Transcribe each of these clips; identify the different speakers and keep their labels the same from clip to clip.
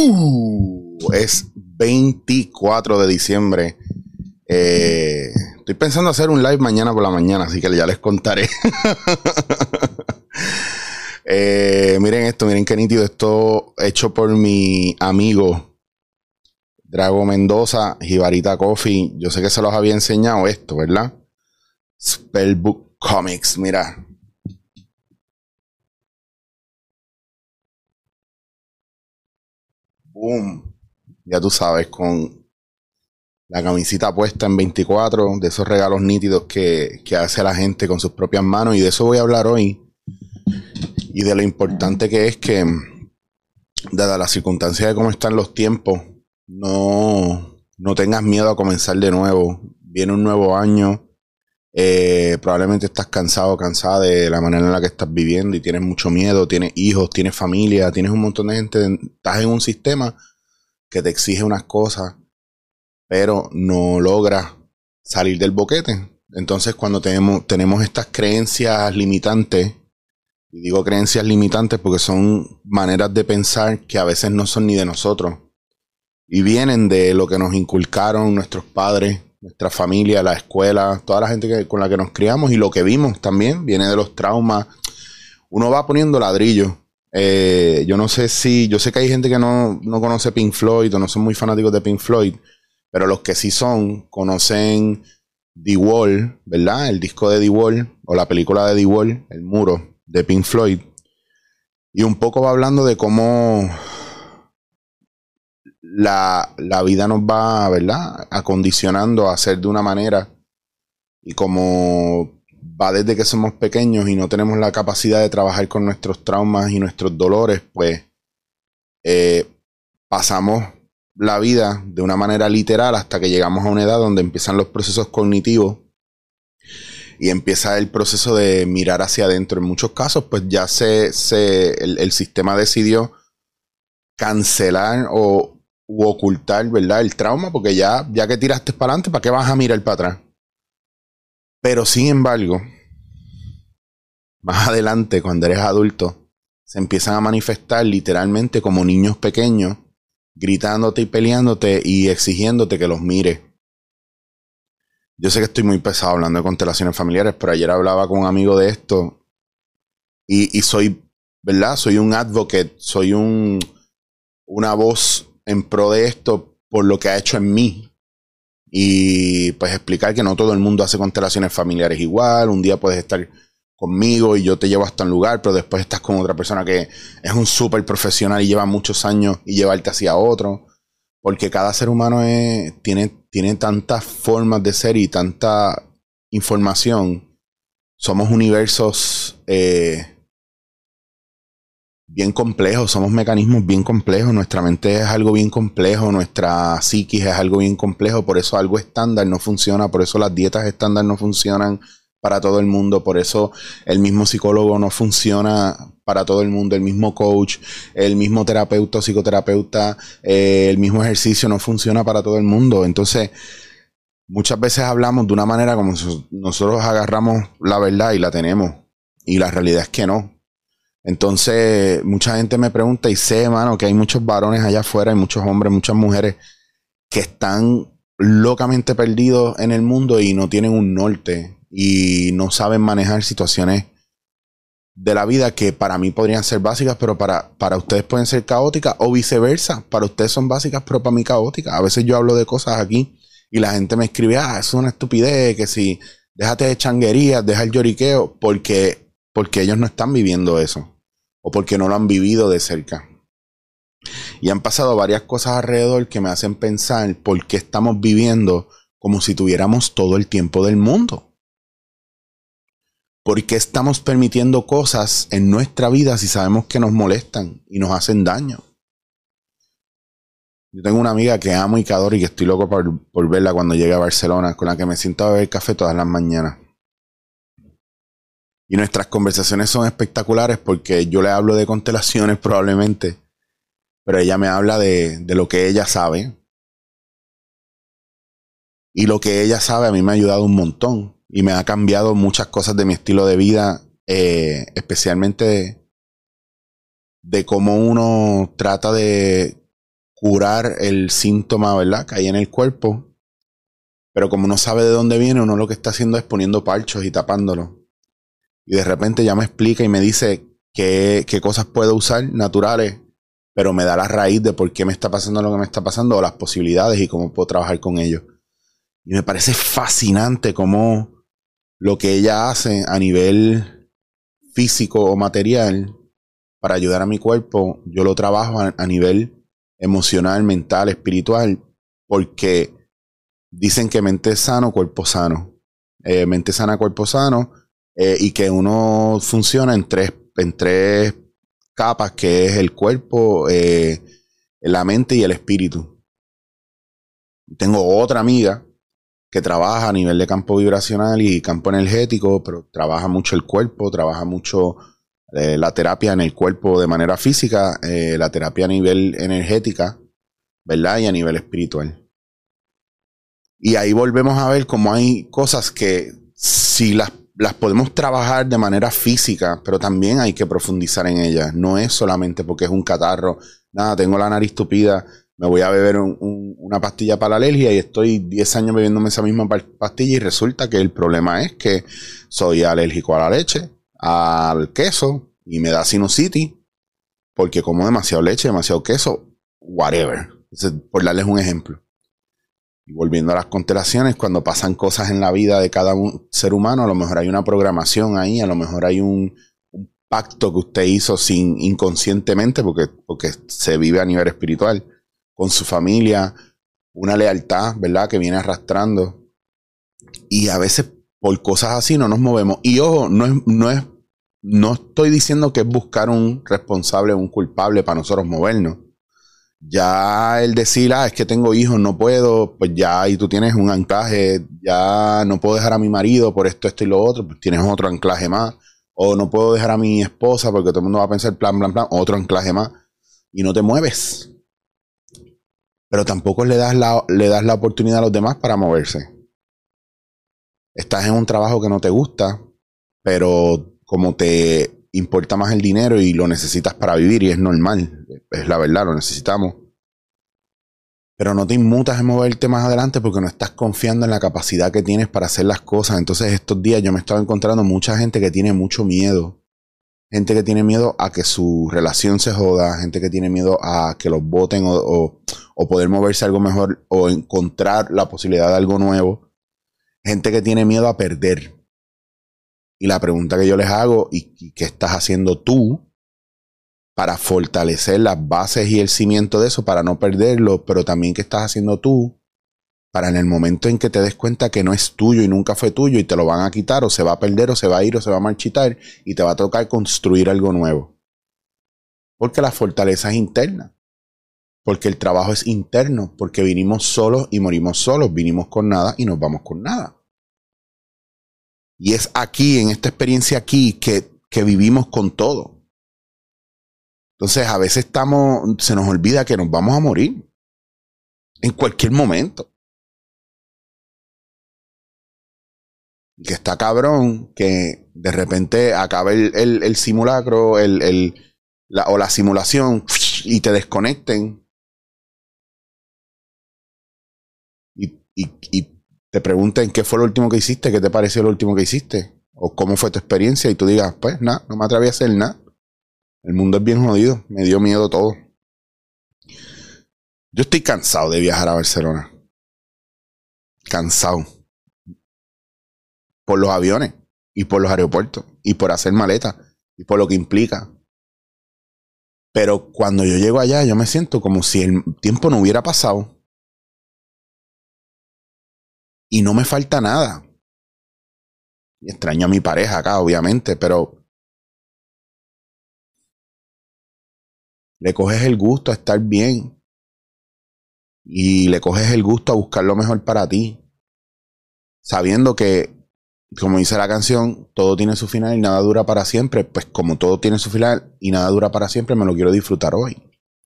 Speaker 1: Es 24 de diciembre. Estoy pensando hacer un live mañana por la mañana, así que ya les contaré. Miren esto, miren qué nítido. Esto hecho por mi amigo Drago Mendoza, Jibarita Coffee. Yo sé que se los había enseñado esto, ¿verdad? Spellbook Comics, mira. Boom. Ya tú sabes, con la camisita puesta en 24, de esos regalos nítidos que hace la gente con sus propias manos. Y de eso voy a hablar hoy. Y de lo importante que es que, dada la circunstancia de cómo están los tiempos, no tengas miedo a comenzar de nuevo. Viene un nuevo año. Probablemente estás cansado o cansada de la manera en la que estás viviendo y tienes mucho miedo, tienes hijos, tienes familia, tienes un montón de gente. Estás en un sistema que te exige unas cosas, pero no logras salir del boquete. Entonces, cuando tenemos estas creencias limitantes, y digo creencias limitantes porque son maneras de pensar que a veces no son ni de nosotros y vienen de lo que nos inculcaron nuestros padres, nuestra familia, la escuela, toda la gente con la que nos criamos, y lo que vimos también viene de los traumas. Uno va poniendo ladrillos. Yo sé que hay gente que no conoce Pink Floyd o no son muy fanáticos de Pink Floyd, pero los que sí conocen The Wall, ¿verdad? El disco de The Wall o la película de The Wall, El Muro, de Pink Floyd. Y un poco va hablando de cómo la vida nos va, ¿verdad?, acondicionando a hacer de una manera, y como va desde que somos pequeños y no tenemos la capacidad de trabajar con nuestros traumas y nuestros dolores, pues pasamos la vida de una manera literal hasta que llegamos a una edad donde empiezan los procesos cognitivos y empieza el proceso de mirar hacia adentro. En muchos casos, pues ya el sistema decidió cancelar u ocultar, ¿verdad?, el trauma, porque ya que tiraste para adelante, ¿para qué vas a mirar para atrás? Pero sin embargo, más adelante, cuando eres adulto, se empiezan a manifestar literalmente como niños pequeños, gritándote y peleándote y exigiéndote que los mires. Yo sé que estoy muy pesado hablando de constelaciones familiares, pero ayer hablaba con un amigo de esto y soy, ¿verdad?, soy un advocate, soy una voz en pro de esto por lo que ha hecho en mí. Y pues explicar que no todo el mundo hace constelaciones familiares igual. Un día puedes estar conmigo y yo te llevo hasta un lugar, pero después estás con otra persona que es un súper profesional y lleva muchos años y llevarte hacia otro. Porque cada ser humano tiene tantas formas de ser y tanta información. Somos universos bien complejos, somos mecanismos bien complejos. Nuestra mente es algo bien complejo, nuestra psiquis es algo bien complejo. Por eso algo estándar no funciona, por eso las dietas estándar no funcionan para todo el mundo, por eso el mismo psicólogo no funciona para todo el mundo, el mismo coach, el mismo terapeuta o psicoterapeuta, el mismo ejercicio no funciona para todo el mundo. Entonces, muchas veces hablamos de una manera como si nosotros agarramos la verdad y la tenemos, y la realidad es que no. Entonces, mucha gente me pregunta, y sé, hermano, que hay muchos varones allá afuera, hay muchos hombres, muchas mujeres que están locamente perdidos en el mundo y no tienen un norte y no saben manejar situaciones de la vida que para mí podrían ser básicas, pero para ustedes pueden ser caóticas, o viceversa. Para ustedes son básicas, pero para mí caóticas. A veces yo hablo de cosas aquí y la gente me escribe, eso es una estupidez, que si déjate de changuerías, deja el lloriqueo, porque ellos no están viviendo eso, o porque no lo han vivido de cerca. Y han pasado varias cosas alrededor que me hacen pensar por qué estamos viviendo como si tuviéramos todo el tiempo del mundo. ¿Por qué estamos permitiendo cosas en nuestra vida si sabemos que nos molestan y nos hacen daño? Yo tengo una amiga que amo y que adoro y que estoy loco por verla cuando llegue a Barcelona, con la que me siento a beber café todas las mañanas. Y nuestras conversaciones son espectaculares porque yo le hablo de constelaciones probablemente, pero ella me habla de lo que ella sabe. Y lo que ella sabe a mí me ha ayudado un montón. Y me ha cambiado muchas cosas de mi estilo de vida, especialmente de cómo uno trata de curar el síntoma, ¿verdad?, que hay en el cuerpo. Pero como no sabe de dónde viene, uno lo que está haciendo es poniendo parchos y tapándolo. Y de repente ya me explica y me dice qué cosas puedo usar naturales, pero me da la raíz de por qué me está pasando lo que me está pasando, o las posibilidades y cómo puedo trabajar con ellos. Y me parece fascinante cómo lo que ella hace a nivel físico o material para ayudar a mi cuerpo, yo lo trabajo a nivel emocional, mental, espiritual, porque dicen que mente sano, cuerpo sano. Mente sana, cuerpo sano, y que uno funciona en tres capas, que es el cuerpo, la mente y el espíritu. Tengo otra amiga que trabaja a nivel de campo vibracional y campo energético, pero trabaja mucho el cuerpo, trabaja mucho la terapia en el cuerpo de manera física, la terapia a nivel energética, ¿verdad? Y a nivel espiritual. Y ahí volvemos a ver cómo hay cosas que si las podemos trabajar de manera física, pero también hay que profundizar en ellas. No es solamente porque es un catarro, nada, tengo la nariz tupida, me voy a beber una pastilla para la alergia y estoy 10 años bebiéndome esa misma pastilla y resulta que el problema es que soy alérgico a la leche, al queso y me da sinusitis porque como demasiado leche, demasiado queso, whatever. Entonces, por darles un ejemplo. Y volviendo a las constelaciones, cuando pasan cosas en la vida de cada ser humano, a lo mejor hay una programación ahí, a lo mejor hay un pacto que usted hizo inconscientemente, porque se vive a nivel espiritual, con su familia, una lealtad, ¿verdad?, que viene arrastrando. Y a veces por cosas así no nos movemos. Y ojo, no estoy diciendo que es buscar un responsable, un culpable para nosotros movernos. Ya el decir, es que tengo hijos, no puedo, pues ya ahí tú tienes un anclaje, ya no puedo dejar a mi marido por esto y lo otro, pues tienes otro anclaje más. O no puedo dejar a mi esposa porque todo el mundo va a pensar plan, otro anclaje más. Y no te mueves. Pero tampoco le das la oportunidad a los demás para moverse. Estás en un trabajo que no te gusta, pero como te importa más el dinero y lo necesitas para vivir, y es normal, es la verdad, lo necesitamos. Pero no te inmutas en moverte más adelante porque no estás confiando en la capacidad que tienes para hacer las cosas. Entonces estos días yo me estaba encontrando mucha gente que tiene mucho miedo. Gente que tiene miedo a que su relación se joda, gente que tiene miedo a que los voten o poder moverse a algo mejor o encontrar la posibilidad de algo nuevo. Gente que tiene miedo a perder. Y la pregunta que yo les hago, ¿y qué estás haciendo tú para fortalecer las bases y el cimiento de eso, para no perderlo? Pero también, ¿qué estás haciendo tú para en el momento en que te des cuenta que no es tuyo y nunca fue tuyo y te lo van a quitar o se va a perder o se va a ir o se va a marchitar y te va a tocar construir algo nuevo? Porque la fortaleza es interna. Porque el trabajo es interno. Porque vinimos solos y morimos solos. Vinimos con nada y nos vamos con nada. Y es aquí, en esta experiencia aquí, que vivimos con todo. Entonces, a veces se nos olvida que nos vamos a morir. En cualquier momento. Y que está cabrón que de repente acabe el simulacro o la simulación y te desconecten. Y te pregunten qué fue lo último que hiciste, qué te pareció lo último que hiciste, o cómo fue tu experiencia, y tú digas, pues nada, no me atreví a hacer nada. El mundo es bien jodido, me dio miedo todo. Yo estoy cansado de viajar a Barcelona. Cansado. Por los aviones, y por los aeropuertos, y por hacer maletas, y por lo que implica. Pero cuando yo llego allá, yo me siento como si el tiempo no hubiera pasado. Y no me falta nada. Y extraño a mi pareja acá, obviamente, pero le coges el gusto a estar bien. Y le coges el gusto a buscar lo mejor para ti. Sabiendo que, como dice la canción, todo tiene su final y nada dura para siempre. Pues como todo tiene su final y nada dura para siempre, me lo quiero disfrutar hoy.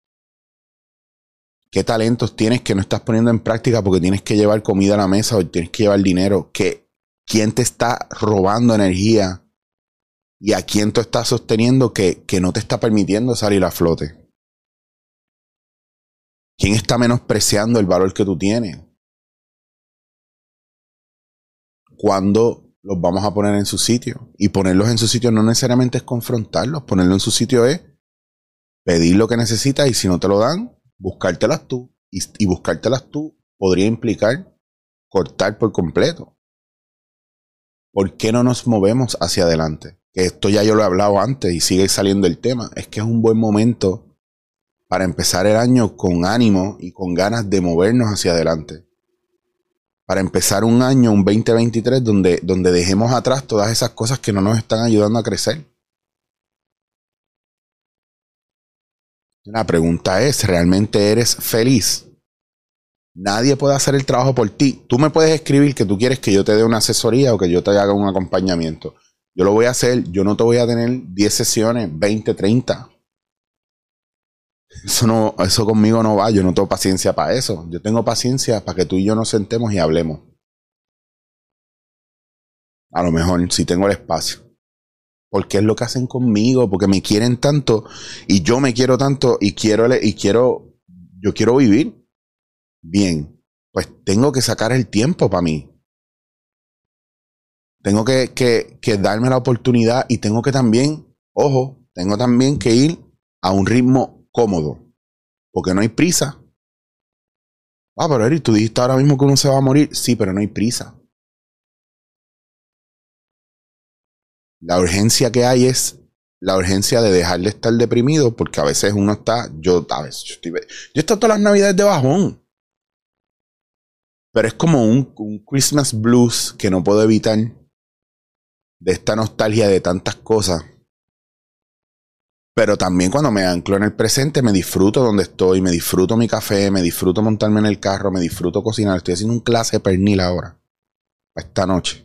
Speaker 1: ¿Qué talentos tienes que no estás poniendo en práctica porque tienes que llevar comida a la mesa o tienes que llevar dinero? ¿Quién te está robando energía? ¿Y a quién tú estás sosteniendo que no te está permitiendo salir a flote? ¿Quién está menospreciando el valor que tú tienes? ¿Cuándo los vamos a poner en su sitio? Y ponerlos en su sitio no necesariamente es confrontarlos. Ponerlo en su sitio es pedir lo que necesitas y si no te lo dan, buscártelas tú. Y buscártelas tú podría implicar cortar por completo. ¿Por qué no nos movemos hacia adelante? Que esto ya yo lo he hablado antes y sigue saliendo el tema. Es que es un buen momento para empezar el año con ánimo y con ganas de movernos hacia adelante. Para empezar un año, un 2023, donde dejemos atrás todas esas cosas que no nos están ayudando a crecer. La pregunta es, ¿realmente eres feliz? Nadie puede hacer el trabajo por ti. Tú me puedes escribir que tú quieres que yo te dé una asesoría o que yo te haga un acompañamiento. Yo lo voy a hacer. Yo no te voy a tener 10 sesiones, 20, 30. Eso conmigo no va. Yo no tengo paciencia para eso. Yo tengo paciencia para que tú y yo nos sentemos y hablemos. A lo mejor, si tengo el espacio. Porque es lo que hacen conmigo. Porque me quieren tanto. Y yo me quiero tanto. Yo quiero vivir. Bien, pues tengo que sacar el tiempo para mí. Tengo que darme la oportunidad y tengo que también, ojo, tengo también que ir a un ritmo cómodo. Porque no hay prisa. Ah, pero Eric, tú dijiste ahora mismo que uno se va a morir. Sí, pero no hay prisa. La urgencia que hay es la urgencia de dejar de estar deprimido porque a veces uno está, yo estoy todas las navidades de bajón. Pero es como un Christmas blues que no puedo evitar, de esta nostalgia de tantas cosas. Pero también cuando me anclo en el presente, me disfruto donde estoy, me disfruto mi café, me disfruto montarme en el carro, me disfruto cocinar. Estoy haciendo un clase de pernil ahora, esta noche.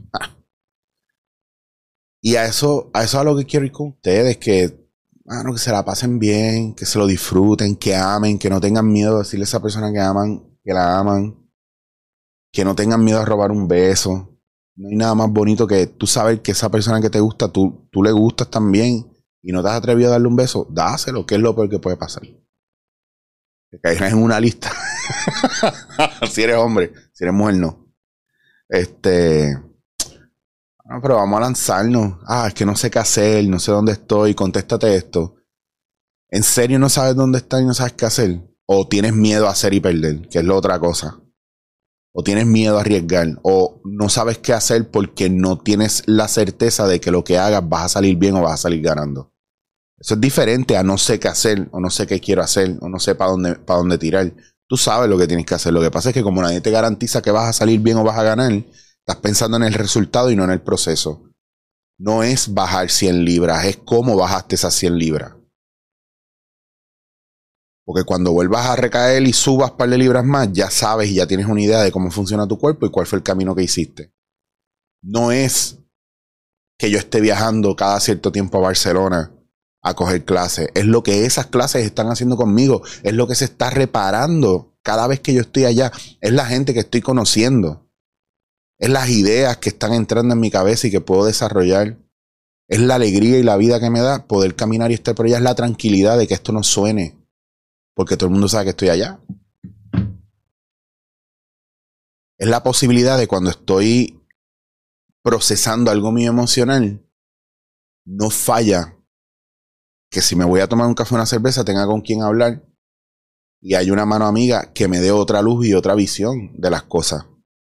Speaker 1: Y a eso a lo que quiero ir con ustedes, que se la pasen bien, que se lo disfruten, que amen, que no tengan miedo de decirle a esa persona que aman, que la aman. Que no tengan miedo a robar un beso. No hay nada más bonito que tú saber que esa persona que te gusta, tú le gustas también y no te has atrevido a darle un beso. Dáselo, que es lo peor que puede pasar. Que caigas en una lista. Si eres hombre, si eres mujer, no. No, pero vamos a lanzarnos. Es que no sé qué hacer, no sé dónde estoy. Contéstate esto. ¿En serio no sabes dónde estás y no sabes qué hacer? ¿O tienes miedo a hacer y perder? Que es la otra cosa. O tienes miedo a arriesgar, o no sabes qué hacer porque no tienes la certeza de que lo que hagas vas a salir bien o vas a salir ganando. Eso es diferente a no sé qué hacer, o no sé qué quiero hacer, o no sé para dónde tirar. Tú sabes lo que tienes que hacer. Lo que pasa es que como nadie te garantiza que vas a salir bien o vas a ganar, estás pensando en el resultado y no en el proceso. No es bajar 100 libras, es cómo bajaste esas 100 libras. Porque cuando vuelvas a recaer y subas un par de libras más, ya sabes y ya tienes una idea de cómo funciona tu cuerpo y cuál fue el camino que hiciste. No es que yo esté viajando cada cierto tiempo a Barcelona a coger clases. Es lo que esas clases están haciendo conmigo. Es lo que se está reparando cada vez que yo estoy allá. Es la gente que estoy conociendo. Es las ideas que están entrando en mi cabeza y que puedo desarrollar. Es la alegría y la vida que me da poder caminar y estar por allá. Es la tranquilidad de que esto no suene. Porque todo el mundo sabe que estoy allá. Es la posibilidad de cuando estoy procesando algo mío emocional, no falla que si me voy a tomar un café o una cerveza tenga con quien hablar y hay una mano amiga que me dé otra luz y otra visión de las cosas.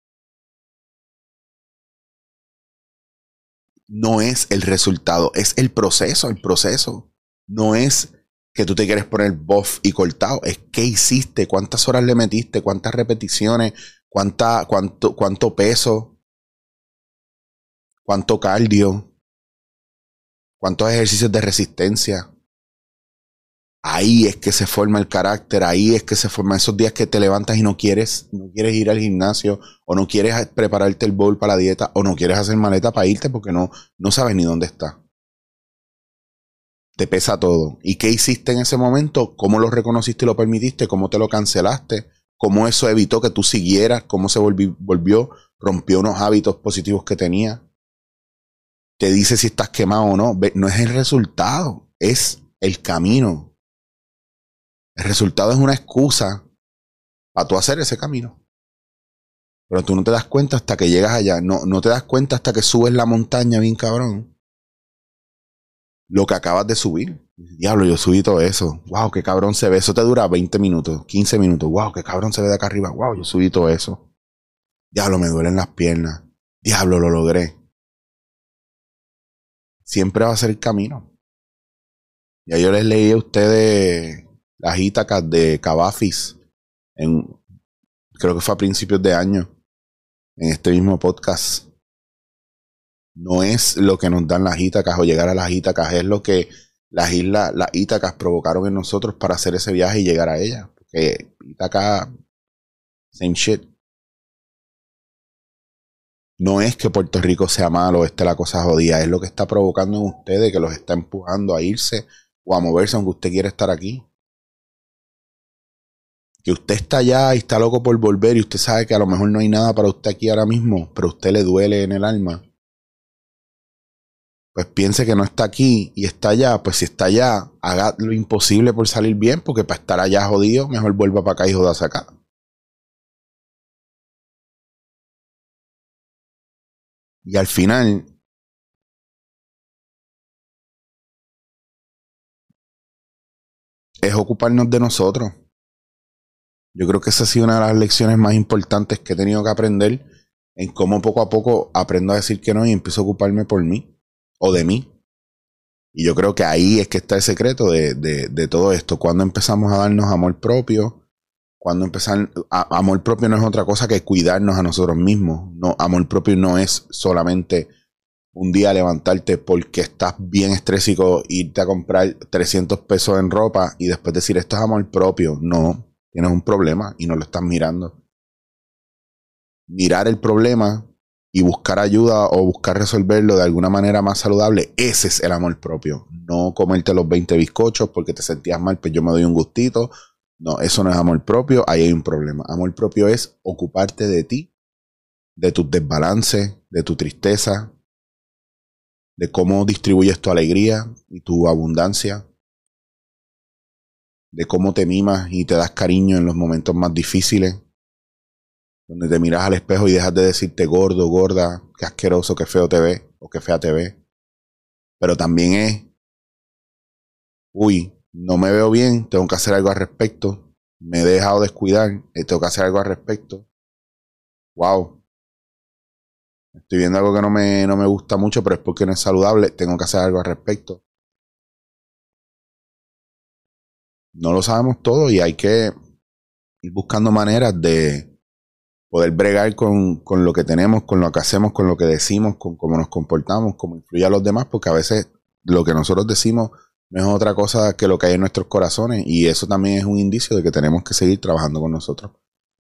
Speaker 1: No es el resultado, es el proceso, el proceso. No es que tú te quieres poner buff y cortado, es qué hiciste, cuántas horas le metiste, cuántas repeticiones, cuánto peso, cuánto cardio, cuántos ejercicios de resistencia. Ahí es que se forma el carácter, ahí es que se forman esos días que te levantas y no quieres ir al gimnasio, o no quieres prepararte el bowl para la dieta, o no quieres hacer maleta para irte porque no sabes ni dónde está. Te pesa todo. ¿Y qué hiciste en ese momento? ¿Cómo lo reconociste y lo permitiste? ¿Cómo te lo cancelaste? ¿Cómo eso evitó que tú siguieras? ¿Cómo se volvió? ¿Rompió unos hábitos positivos que tenía? Te dice si estás quemado o no. No es el resultado, es el camino. El resultado es una excusa para tú hacer ese camino. Pero tú no te das cuenta hasta que llegas allá. No te das cuenta hasta que subes la montaña bien cabrón. Lo que acabas de subir. Diablo, yo subí todo eso. Wow, qué cabrón se ve. Eso te dura 20 minutos, 15 minutos. Wow, qué cabrón se ve de acá arriba. Wow, yo subí todo eso. Diablo, me duelen las piernas. Diablo, lo logré. Siempre va a ser el camino. Ya yo les leí a ustedes las Ítacas de Cavafis. Creo que fue a principios de año. En este mismo podcast. No es lo que nos dan las Ítacas o llegar a las Ítacas, es lo que las Ítacas provocaron en nosotros para hacer ese viaje y llegar a ellas. Porque Ítaca, same shit. No es que Puerto Rico sea malo, esté la cosa jodida, es lo que está provocando en ustedes, que los está empujando a irse o a moverse aunque usted quiera estar aquí. Que usted está allá y está loco por volver y usted sabe que a lo mejor no hay nada para usted aquí ahora mismo, pero a usted le duele en el alma. Pues piense que no está aquí y está allá, pues si está allá, haga lo imposible por salir bien, porque para estar allá jodido, mejor vuelva para acá y jodas acá. Y al final, es ocuparnos de nosotros. Yo creo que esa ha sido una de las lecciones más importantes que he tenido que aprender, en cómo poco a poco aprendo a decir que no y empiezo a ocuparme por mí, o de mí. Y yo creo que ahí es que está el secreto de todo esto. Cuando empezamos a darnos amor propio, cuando empezar, amor propio no es otra cosa que cuidarnos a nosotros mismos. No, amor propio no es solamente un día levantarte porque estás bien estrésico, irte a comprar 300 pesos en ropa y después decir esto es amor propio. No, tienes un problema y no lo estás mirando. Mirar el problema y buscar ayuda o buscar resolverlo de alguna manera más saludable, ese es el amor propio. No comerte los 20 bizcochos porque te sentías mal, pues yo me doy un gustito. No, eso no es amor propio, ahí hay un problema. Amor propio es ocuparte de ti, de tus desbalances, de tu tristeza, de cómo distribuyes tu alegría y tu abundancia, de cómo te mimas y te das cariño en los momentos más difíciles, donde te miras al espejo y dejas de decirte gordo, gorda, qué asqueroso, qué feo te ves o qué fea te ves. Pero también es, uy, no me veo bien, tengo que hacer algo al respecto, me he dejado descuidar, tengo que hacer algo al respecto. Wow, estoy viendo algo que no me gusta mucho, pero es porque no es saludable, tengo que hacer algo al respecto. No lo sabemos todo y hay que ir buscando maneras de poder bregar con lo que tenemos, con lo que hacemos, con lo que decimos, con cómo nos comportamos, cómo influye a los demás, porque a veces lo que nosotros decimos no es otra cosa que lo que hay en nuestros corazones y eso también es un indicio de que tenemos que seguir trabajando con nosotros.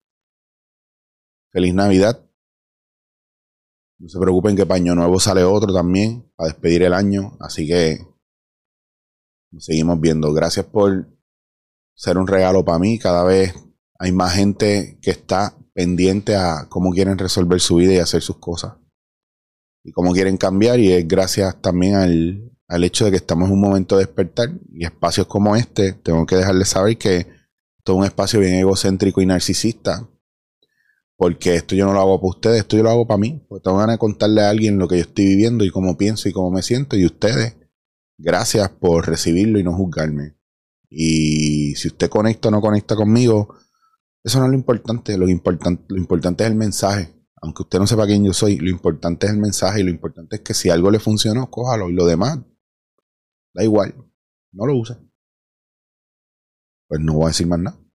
Speaker 1: Feliz Navidad. No se preocupen que para Año Nuevo sale otro también, para despedir el año, así que nos seguimos viendo. Gracias por ser un regalo para mí. Cada vez hay más gente que está pendiente a cómo quieren resolver su vida y hacer sus cosas. Y cómo quieren cambiar. Y es gracias también al hecho de que estamos en un momento de despertar. Y espacios como este, tengo que dejarles saber que esto es un espacio bien egocéntrico y narcisista. Porque esto yo no lo hago para ustedes, esto yo lo hago para mí. Porque tengo ganas de contarle a alguien lo que yo estoy viviendo y cómo pienso y cómo me siento. Y ustedes, gracias por recibirlo y no juzgarme. Y si usted conecta o no conecta conmigo, eso no es lo importante. Lo importante es el mensaje. Aunque usted no sepa quién yo soy, lo importante es el mensaje y lo importante es que si algo le funcionó, cójalo y lo demás, da igual, no lo use. Pues no voy a decir más nada.